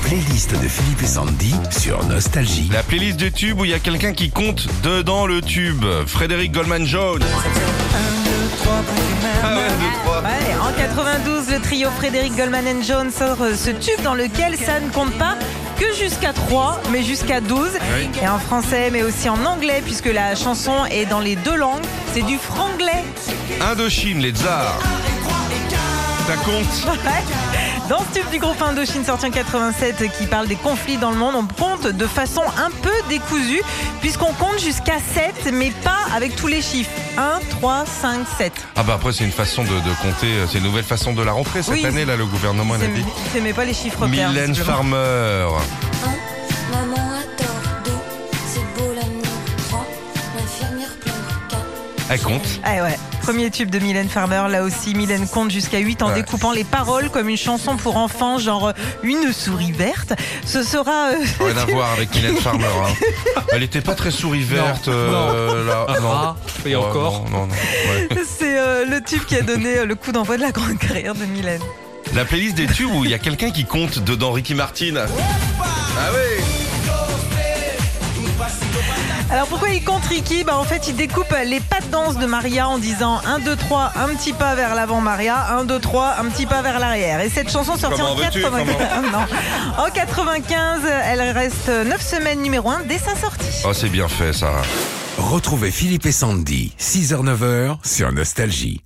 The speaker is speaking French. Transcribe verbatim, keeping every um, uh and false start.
playlist de Philippe et Sandy sur Nostalgie. La playlist des tubes où il y a quelqu'un qui compte dedans le tube. Frédéric Goldman Jones. Ah ouais, deux, trois. Ouais, en quatre-vingt-douze, le trio Frédéric Goldman and Jones sort ce tube dans lequel ça ne compte pas que jusqu'à trois, mais jusqu'à douze. Oui. Et en français, mais aussi en anglais, puisque la chanson est dans les deux langues. C'est du franglais. Indochine, les tsars. Ça compte. Dans ce tube du groupe Indochine sorti en quatre-vingt-sept qui parle des conflits dans le monde, on compte de façon un peu décousue puisqu'on compte jusqu'à sept mais pas avec tous les chiffres. un, trois, cinq, sept. Ah bah après c'est une façon de, de compter, c'est une nouvelle façon de la rentrée cette Oui. année là, le gouvernement l'a dit. C'est mais pas les chiffres pairs. Mylène visiblement. Farmer. Maman a tort, deux, c'est beau l'amour, trois, l'infirmière pleure, quatre. Elle compte. Ah ouais, premier tube de Mylène Farmer, là aussi Mylène compte jusqu'à huit en Ouais. découpant les paroles comme une chanson pour enfants, genre une souris verte. Ce sera... euh, Rien à voir avec Mylène Farmer. Hein. Elle était pas très souris verte. euh, là. Non. Ah, et Ouais, encore. Non, non, non. Ouais. c'est euh, le tube qui a donné euh, le coup d'envoi de la grande carrière de Mylène. La playlist des tubes où il y a quelqu'un qui compte dedans Ricky Martin. Ah oui. Alors pourquoi il compte Ricky ? Bah en fait il découpe les pas de danse de Maria en disant un, deux, trois, un petit pas vers l'avant Maria, un, deux, trois, un petit pas vers l'arrière. Et cette chanson sortie Comment en veux-tu, quatre-vingt-quinze, non. En quatre-vingt-quinze, elle reste neuf semaines numéro un dès sa sortie. Oh c'est bien fait ça. Retrouvez Philippe et Sandy, six heures neuf heures sur Nostalgie.